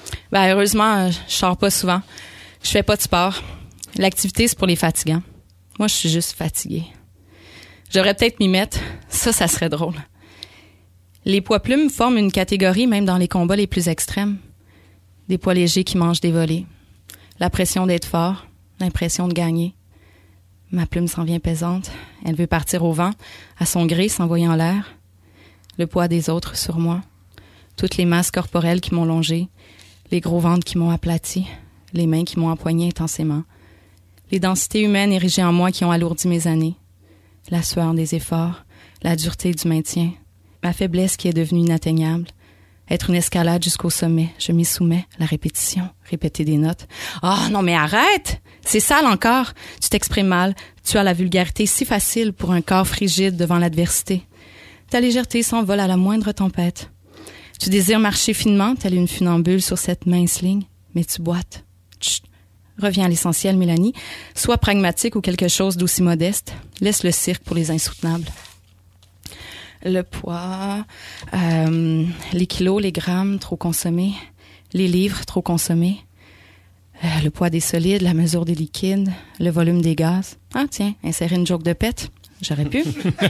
Ben, heureusement, je sors pas souvent. Je fais pas de sport. L'activité, c'est pour les fatigants. Moi, je suis juste fatiguée. J'aurais peut-être m'y mettre. Ça serait drôle. Les poids plumes forment une catégorie même dans les combats les plus extrêmes. Des poids légers qui mangent des volets. La pression d'être fort, l'impression de gagner. Ma plume s'en vient pesante. Elle veut partir au vent, à son gré, s'envoyer en l'air. Le poids des autres sur moi. Toutes les masses corporelles qui m'ont longé. Les gros ventres qui m'ont aplati. Les mains qui m'ont empoigné intensément. Les densités humaines érigées en moi qui ont alourdi mes années. La sueur des efforts, la dureté du maintien. Ma faiblesse qui est devenue inatteignable. Être une escalade jusqu'au sommet. Je m'y soumets. La répétition. Répéter des notes. Ah, non, mais arrête! C'est sale encore. Tu t'exprimes mal. Tu as la vulgarité si facile pour un corps frigide devant l'adversité. Ta légèreté s'envole à la moindre tempête. Tu désires marcher finement, telle une funambule sur cette mince ligne, mais tu boites. Chut. Reviens à l'essentiel, Mélanie. Sois pragmatique ou quelque chose d'aussi modeste. Laisse le cirque pour les insoutenables. Le poids, les kilos, les grammes trop consommés, les livres trop consommés, le poids des solides, la mesure des liquides, le volume des gaz. Ah tiens, insérer une joke de pète, j'aurais pu.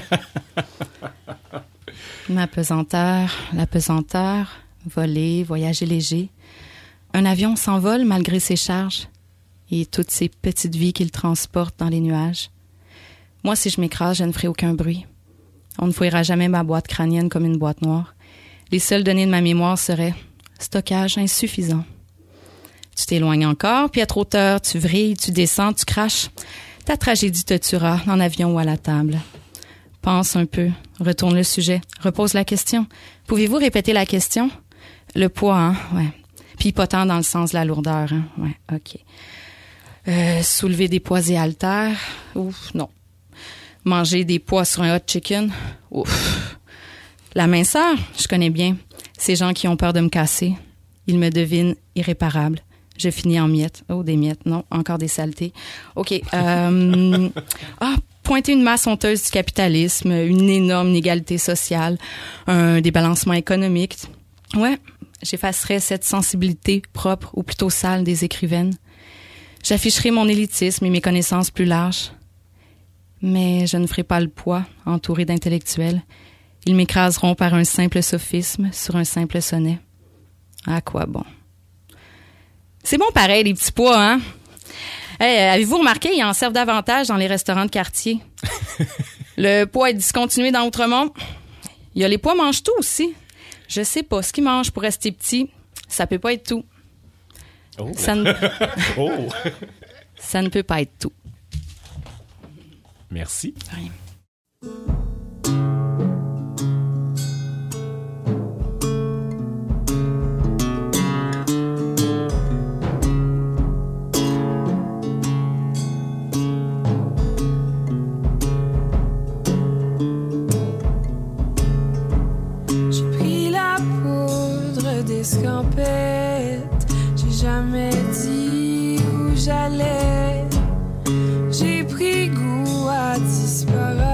Ma pesanteur, la pesanteur, voler, voyager léger. Un avion s'envole malgré ses charges et toutes ces petites vies qu'il transporte dans les nuages. Moi, si je m'écrase, je ne ferai aucun bruit. On ne fouillera jamais ma boîte crânienne comme une boîte noire. Les seules données de ma mémoire seraient stockage insuffisant. Tu t'éloignes encore, puis à trop hauteur, tu vrilles, tu descends, tu craches. Ta tragédie te tuera, en avion ou à la table. Pense un peu, retourne le sujet, repose la question. Pouvez-vous répéter la question? Le poids, hein? Ouais. Puis pas tant dans le sens de la lourdeur, hein? Ouais, OK. Soulever des poids et haltères? Ouf, non. Manger des pois sur un hot chicken? Ouf. La minceur, je connais bien. Ces gens qui ont peur de me casser. Ils me devinent irréparable. Je finis en miettes. Oh, des miettes. Non, encore des saletés. OK. Pointer une masse honteuse du capitalisme, une énorme inégalité sociale, un débalancement économique. Ouais, j'effacerais cette sensibilité propre ou plutôt sale des écrivaines. J'afficherai mon élitisme et mes connaissances plus larges. Mais je ne ferai pas le poids, entouré d'intellectuels. Ils m'écraseront par un simple sophisme sur un simple sonnet. À quoi bon? C'est bon pareil, les petits pois, hein? Hey, avez-vous remarqué, ils en servent davantage dans les restaurants de quartier. Le pois est discontinué dans Outremont. Il y a les pois mangent tout aussi. Je sais pas, ce qu'ils mangent pour rester petits, ça peut pas être tout. Oh. Ça ne peut pas être tout. Merci. Rien. J'ai pris la poudre d'escampette, j'ai jamais dit où j'allais. J'ai pris goût à disparaître.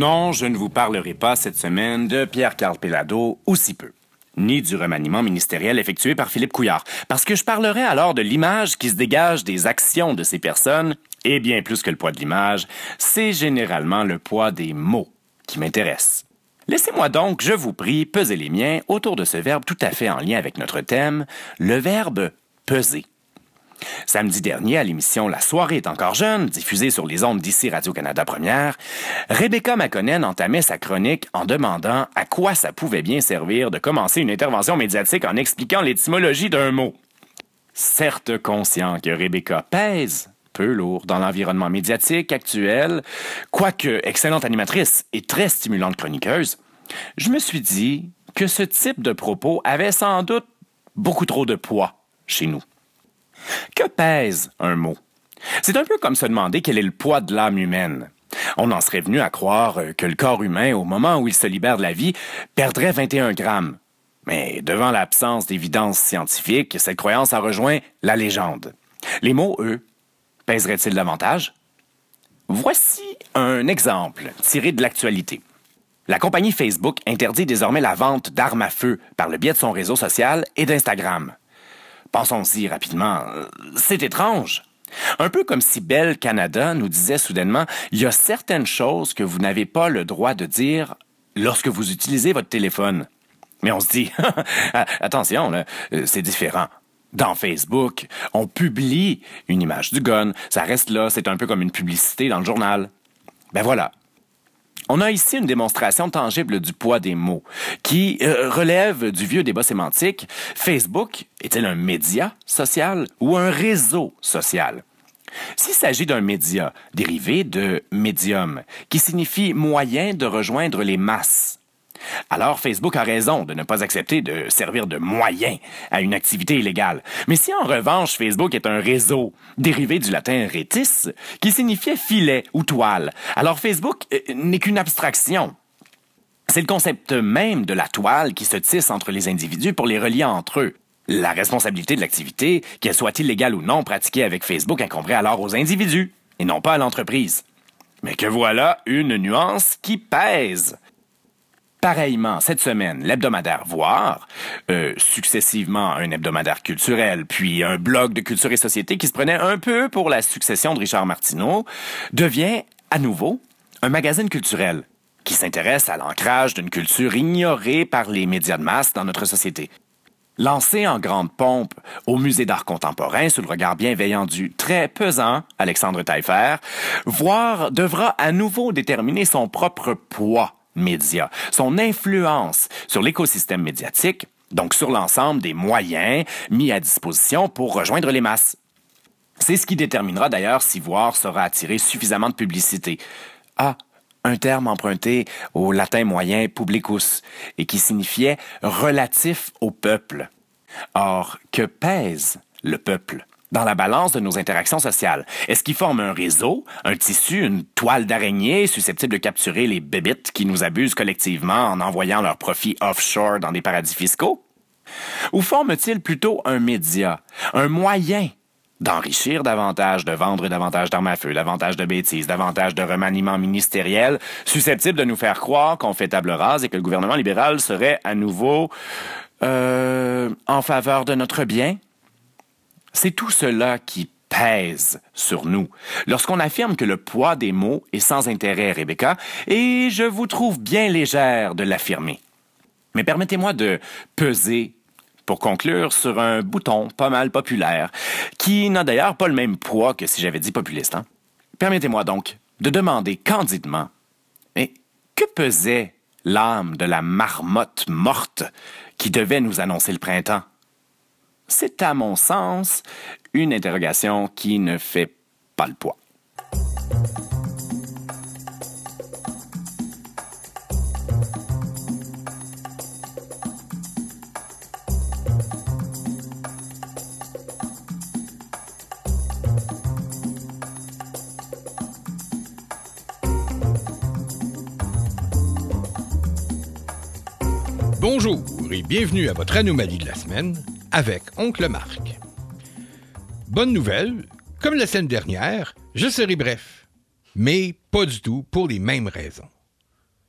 Non, je ne vous parlerai pas cette semaine de Pierre-Carl Péladeau, ou si peu, ni du remaniement ministériel effectué par Philippe Couillard, parce que je parlerai alors de l'image qui se dégage des actions de ces personnes, et bien plus que le poids de l'image, c'est généralement le poids des mots qui m'intéresse. Laissez-moi donc, je vous prie, peser les miens autour de ce verbe tout à fait en lien avec notre thème, le verbe « peser ». Samedi dernier, à l'émission La soirée est encore jeune, diffusée sur les ondes d'ici Radio-Canada Première, Rebecca McConnell entamait sa chronique en demandant à quoi ça pouvait bien servir de commencer une intervention médiatique en expliquant l'étymologie d'un mot. Certes conscient que Rebecca pèse peu lourd dans l'environnement médiatique actuel, quoique excellente animatrice et très stimulante chroniqueuse, je me suis dit que ce type de propos avait sans doute beaucoup trop de poids chez nous. Que pèse un mot? C'est un peu comme se demander quel est le poids de l'âme humaine. On en serait venu à croire que le corps humain, au moment où il se libère de la vie, perdrait 21 grammes. Mais devant l'absence d'évidence scientifique, cette croyance a rejoint la légende. Les mots, eux, pèseraient-ils davantage? Voici un exemple tiré de l'actualité. La compagnie Facebook interdit désormais la vente d'armes à feu par le biais de son réseau social et d'Instagram. Pensons-y rapidement. C'est étrange. Un peu comme si Bell Canada nous disait soudainement « Il y a certaines choses que vous n'avez pas le droit de dire lorsque vous utilisez votre téléphone. » Mais on se dit « Attention, là, c'est différent. Dans Facebook, on publie une image du gun, ça reste là, c'est un peu comme une publicité dans le journal. » Ben voilà. On a ici une démonstration tangible du poids des mots, qui relève du vieux débat sémantique. Facebook est-il un média social ou un réseau social? S'il s'agit d'un média dérivé de médium, qui signifie moyen de rejoindre les masses, alors Facebook a raison de ne pas accepter de servir de moyen à une activité illégale. Mais si en revanche Facebook est un réseau dérivé du latin retis, qui signifiait filet ou toile, alors Facebook n'est qu'une abstraction. C'est le concept même de la toile qui se tisse entre les individus pour les relier entre eux. La responsabilité de l'activité, qu'elle soit illégale ou non pratiquée avec Facebook, incomberait alors aux individus et non pas à l'entreprise. Mais que voilà une nuance qui pèse. Pareillement, cette semaine, l'hebdomadaire Voir, successivement un hebdomadaire culturel, puis un blog de culture et société qui se prenait un peu pour la succession de Richard Martineau, devient à nouveau un magazine culturel qui s'intéresse à l'ancrage d'une culture ignorée par les médias de masse dans notre société. Lancé en grande pompe au Musée d'art contemporain sous le regard bienveillant du très pesant Alexandre Taillefer, Voir devra à nouveau déterminer son propre poids média, son influence sur l'écosystème médiatique, donc sur l'ensemble des moyens mis à disposition pour rejoindre les masses. C'est ce qui déterminera d'ailleurs si Voir saura attirer suffisamment de publicité. Ah, un terme emprunté au latin moyen publicus et qui signifiait relatif au peuple. Or, que pèse le peuple dans la balance de nos interactions sociales? Est-ce qu'il forme un réseau, un tissu, une toile d'araignée susceptible de capturer les bébites qui nous abusent collectivement en envoyant leurs profits offshore dans des paradis fiscaux? Ou forme-t-il plutôt un média, un moyen d'enrichir davantage, de vendre davantage d'armes à feu, davantage de bêtises, davantage de remaniements ministériels, susceptibles de nous faire croire qu'on fait table rase et que le gouvernement libéral serait à nouveau en faveur de notre bien? C'est tout cela qui pèse sur nous lorsqu'on affirme que le poids des mots est sans intérêt, Rebecca, et je vous trouve bien légère de l'affirmer. Mais permettez-moi de peser, pour conclure, sur un bouton pas mal populaire, qui n'a d'ailleurs pas le même poids que si j'avais dit populiste. Hein? Permettez-moi donc de demander candidement, mais que pesait l'âme de la marmotte morte qui devait nous annoncer le printemps? C'est à mon sens une interrogation qui ne fait pas le poids. Bonjour et bienvenue à votre anomalie de la semaine avec Oncle Marc. Bonne nouvelle, comme la semaine dernière, je serai bref, mais pas du tout pour les mêmes raisons.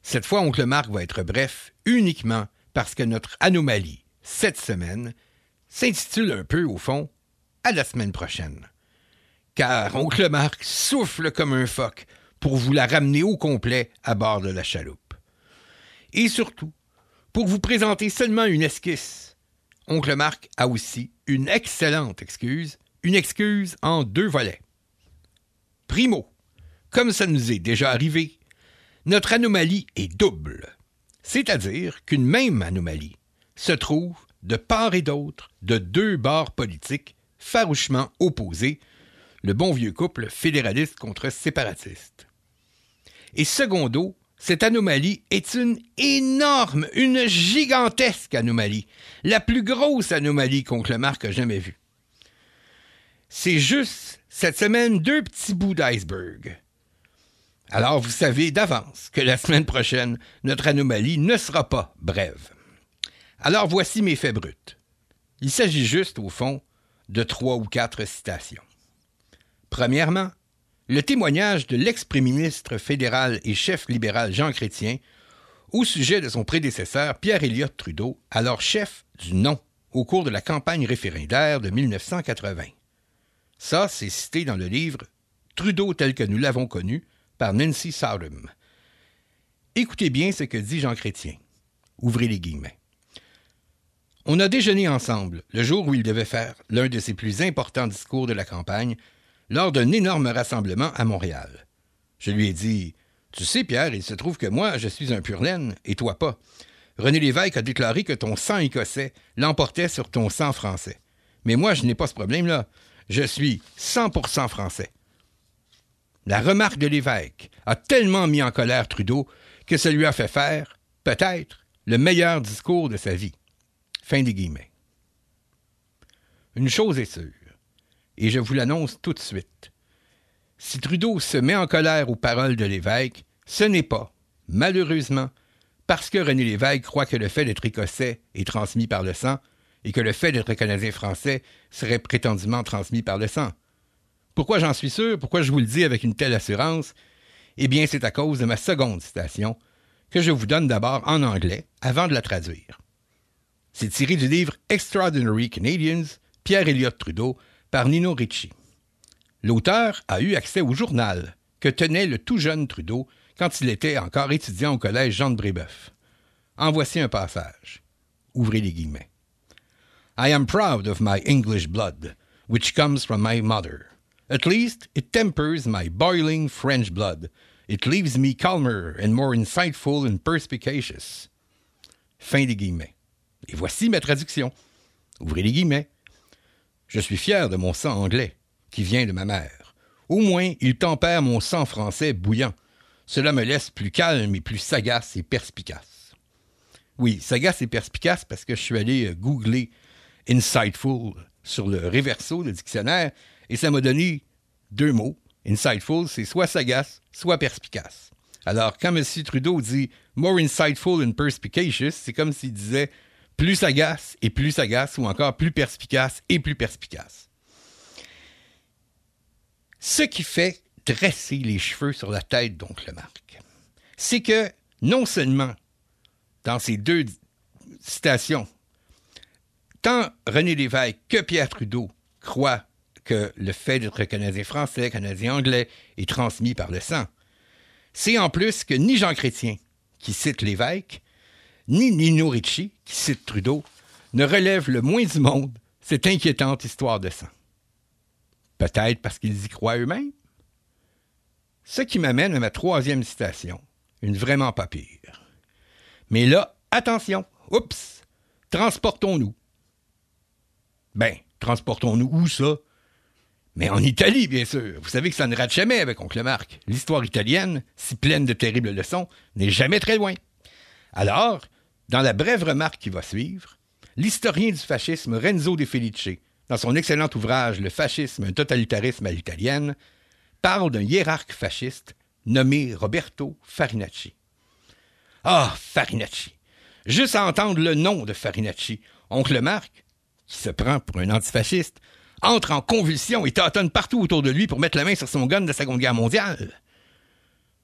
Cette fois, Oncle Marc va être bref uniquement parce que notre anomalie, cette semaine, s'intitule un peu, au fond, « À la semaine prochaine ». Car Oncle Marc souffle comme un phoque pour vous la ramener au complet à bord de la chaloupe. Et surtout, pour vous présenter seulement une esquisse, Oncle Marc a aussi une excellente excuse, une excuse en 2 volets. Primo, comme ça nous est déjà arrivé, notre anomalie est double, c'est-à-dire qu'une même anomalie se trouve de part et d'autre de 2 bords politiques farouchement opposés, le bon vieux couple fédéraliste contre séparatiste. Et secondo, cette anomalie est une énorme, une gigantesque anomalie, la plus grosse anomalie qu'Oncle Marc a jamais vue. C'est juste, cette semaine, 2 petits bouts d'iceberg. Alors vous savez d'avance que la semaine prochaine, notre anomalie ne sera pas brève. Alors voici mes faits bruts. Il s'agit juste, au fond, de 3 ou 4 citations. Premièrement, le témoignage de l'ex-premier ministre fédéral et chef libéral Jean Chrétien au sujet de son prédécesseur Pierre Elliott Trudeau, alors chef du Non, au cours de la campagne référendaire de 1980. Ça, c'est cité dans le livre « Trudeau tel que nous l'avons connu » par Nancy Southam. Écoutez bien ce que dit Jean Chrétien. Ouvrez les guillemets. « On a déjeuné ensemble le jour où il devait faire l'un de ses plus importants discours de la campagne lors d'un énorme rassemblement à Montréal. Je lui ai dit « Tu sais, Pierre, il se trouve que moi, je suis un pur-laine et toi pas. René Lévesque a déclaré que ton sang écossais l'emportait sur ton sang français. Mais moi, je n'ai pas ce problème-là. Je suis 100% français. » La remarque de Lévesque a tellement mis en colère Trudeau que ça lui a fait faire, peut-être, le meilleur discours de sa vie. Fin des guillemets. Une chose est sûre, et je vous l'annonce tout de suite. Si Trudeau se met en colère aux paroles de Lévesque, ce n'est pas, malheureusement, parce que René Lévesque croit que le fait d'être écossais est transmis par le sang et que le fait d'être canadien-français serait prétendument transmis par le sang. Pourquoi j'en suis sûr? Pourquoi je vous le dis avec une telle assurance? Eh bien, c'est à cause de ma seconde citation, que je vous donne d'abord en anglais, avant de la traduire. C'est tiré du livre « Extraordinary Canadians », Pierre Elliott Trudeau, par Nino Ricci. L'auteur a eu accès au journal que tenait le tout jeune Trudeau quand il était encore étudiant au collège Jean de Brébeuf. En voici un passage. Ouvrez les guillemets. « I am proud of my English blood, which comes from my mother. At least, it tempers my boiling French blood. It leaves me calmer and more insightful and perspicacious. » Fin des guillemets. Et voici ma traduction. Ouvrez les guillemets. « Je suis fier de mon sang anglais, qui vient de ma mère. Au moins, il tempère mon sang français bouillant. Cela me laisse plus calme et plus sagace et perspicace. » Oui, sagace et perspicace parce que je suis allé googler « insightful » sur le Reverso, le dictionnaire, et ça m'a donné 2 mots. Insightful, c'est soit sagace, soit perspicace. Alors, quand M. Trudeau dit « more insightful and perspicacious », c'est comme s'il disait « plus sagace et plus sagace » ou encore « plus perspicace et plus perspicace ». Ce qui fait dresser les cheveux sur la tête d'Oncle Marc, c'est que, non seulement, dans ces 2 citations, tant René Lévesque que Pierre Trudeau croient que le fait d'être Canadien-français, Canadien-anglais est transmis par le sang. C'est en plus que ni Jean Chrétien, qui cite Lévesque, ni Nino Ricci, qui cite Trudeau, ne relèvent le moins du monde cette inquiétante histoire de sang. Peut-être parce qu'ils y croient eux-mêmes. Ce qui m'amène à ma 3e citation, une vraiment pas pire. Mais là, attention, oups, transportons-nous. Ben, transportons-nous où ça? Mais en Italie, bien sûr. Vous savez que ça ne rate jamais avec Oncle Marc. L'histoire italienne, si pleine de terribles leçons, n'est jamais très loin. Alors, dans la brève remarque qui va suivre, l'historien du fascisme Renzo De Felice, dans son excellent ouvrage « Le fascisme, un totalitarisme à l'italienne », parle d'un hiérarque fasciste nommé Roberto Farinacci. Ah, Farinacci! Juste à entendre le nom de Farinacci, Oncle Marc, qui se prend pour un antifasciste, entre en convulsion et tâtonne partout autour de lui pour mettre la main sur son gun de la Seconde Guerre mondiale.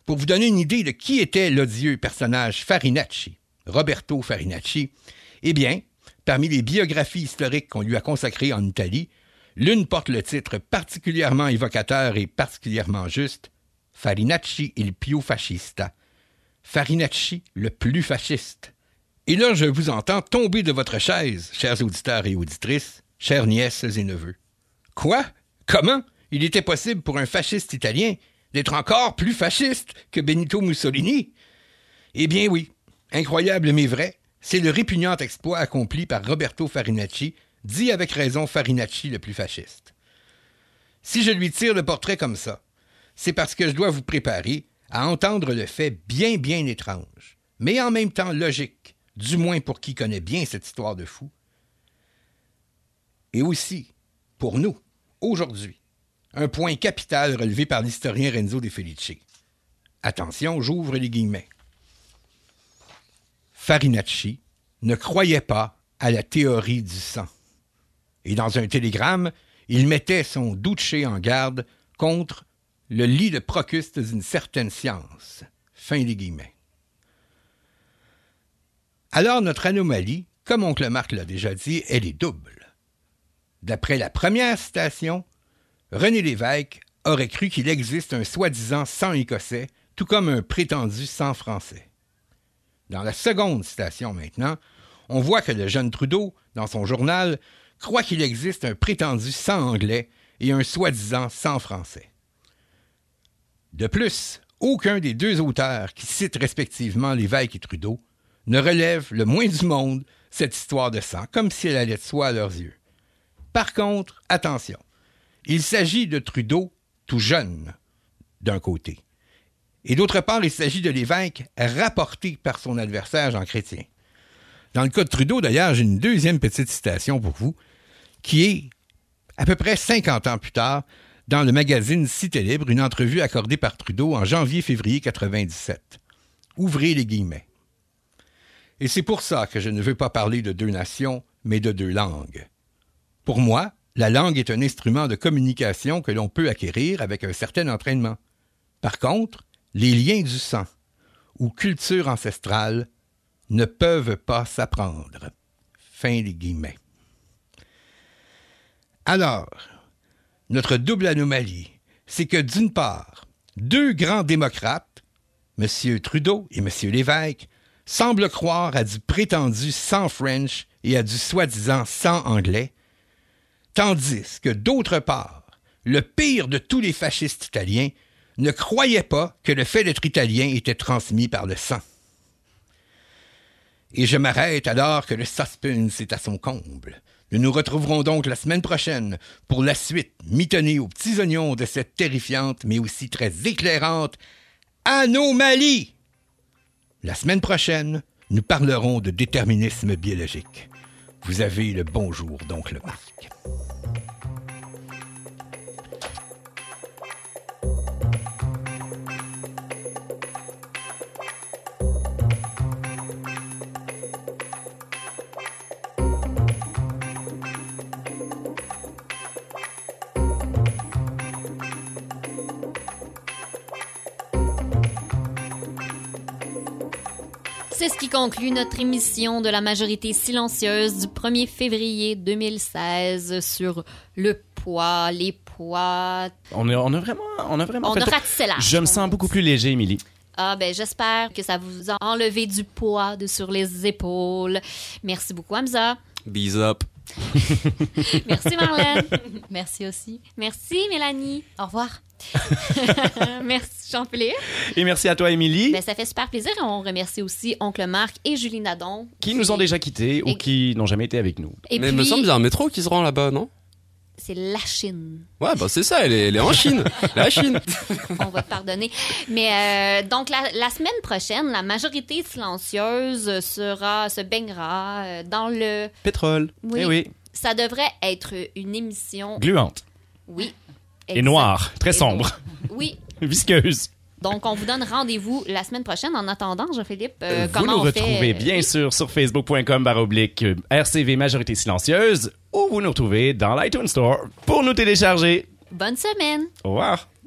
Pour vous donner une idée de qui était l'odieux personnage Farinacci, Roberto Farinacci, eh bien, parmi les biographies historiques qu'on lui a consacrées en Italie, l'une porte le titre particulièrement évocateur et particulièrement juste, Farinacci il più fascista. Farinacci le plus fasciste. Et là, je vous entends tomber de votre chaise, chers auditeurs et auditrices, chères nièces et neveux. Quoi? Comment? Il était possible pour un fasciste italien d'être encore plus fasciste que Benito Mussolini? Eh bien oui, incroyable mais vrai, c'est le répugnant exploit accompli par Roberto Farinacci, dit avec raison Farinacci le plus fasciste. Si je lui tire le portrait comme ça, c'est parce que je dois vous préparer à entendre le fait bien étrange, mais en même temps logique, du moins pour qui connaît bien cette histoire de fou, et aussi, pour nous, aujourd'hui, un point capital relevé par l'historien Renzo De Felice. Attention, j'ouvre les guillemets. Farinacci ne croyait pas à la théorie du sang. Et dans un télégramme, il mettait son Duce en garde contre le lit de Procuste d'une certaine science. Fin des guillemets. Alors notre anomalie, comme oncle Marc l'a déjà dit, elle est double. D'après la première citation, René Lévesque aurait cru qu'il existe un soi-disant sang écossais, tout comme un prétendu sang français. Dans la seconde citation maintenant, on voit que le jeune Trudeau, dans son journal, croit qu'il existe un prétendu sang anglais et un soi-disant sang français. De plus, aucun des deux auteurs qui citent respectivement Lévesque et Trudeau ne relève le moins du monde cette histoire de sang, comme si elle allait de soi à leurs yeux. Par contre, attention, il s'agit de Trudeau tout jeune, d'un côté. Et d'autre part, il s'agit de Lévesque rapporté par son adversaire Jean Chrétien. Dans le cas de Trudeau, d'ailleurs, j'ai une deuxième petite citation pour vous, qui est à peu près 50 ans plus tard, dans le magazine Cité Libre, une entrevue accordée par Trudeau en janvier-février 1997. Ouvrez les guillemets. Et c'est pour ça que je ne veux pas parler de deux nations, mais de deux langues. Pour moi, la langue est un instrument de communication que l'on peut acquérir avec un certain entraînement. Par contre, les liens du sang ou culture ancestrale ne peuvent pas s'apprendre. Fin des guillemets. Alors, notre double anomalie, c'est que d'une part, deux grands démocrates, M. Trudeau et M. Lévesque, semblent croire à du prétendu sang French et à du soi-disant sang anglais, tandis que d'autre part, le pire de tous les fascistes italiens ne croyait pas que le fait d'être italien était transmis par le sang. Et je m'arrête alors que le suspense est à son comble. Nous nous retrouverons donc la semaine prochaine pour la suite mitonnée aux petits oignons de cette terrifiante mais aussi très éclairante anomalie. La semaine prochaine, nous parlerons de déterminisme biologique. Vous avez le bonjour d'oncle Marc. C'est ce qui conclut notre émission de la majorité silencieuse du 1er février 2016 sur le poids, les poids. On a vraiment fait ratissé large. Je me sens beaucoup plus léger, Émilie. Ah ben j'espère que ça vous a enlevé du poids de sur les épaules. Merci beaucoup Hamza. Bis up. Merci Marlène. Merci aussi. Merci Mélanie. Au revoir. Merci Jean-Philippe. Et merci à toi Émilie. Ben, ça fait super plaisir. On remercie aussi Oncle Marc et Julie Nadon. Qui nous ont déjà quittés ou qui n'ont jamais été avec nous. Mais il me semble qu'il y a un métro qui se rend là-bas, non? C'est la Chine. Ouais, bah c'est ça, elle est en Chine. La Chine. On va te pardonner. Mais donc, la semaine prochaine, la majorité silencieuse se baignera dans le... pétrole. Oui. Eh oui. Ça devrait être une émission... gluante. Oui. Et noire. Très sombre. Oui. Visqueuse. Donc, on vous donne rendez-vous la semaine prochaine. En attendant, Jean-Philippe, vous nous retrouvez bien sûr sur facebook.com/RCV Majorité Silencieuse ou vous nous retrouvez dans l'iTunes Store pour nous télécharger. Bonne semaine. Au revoir.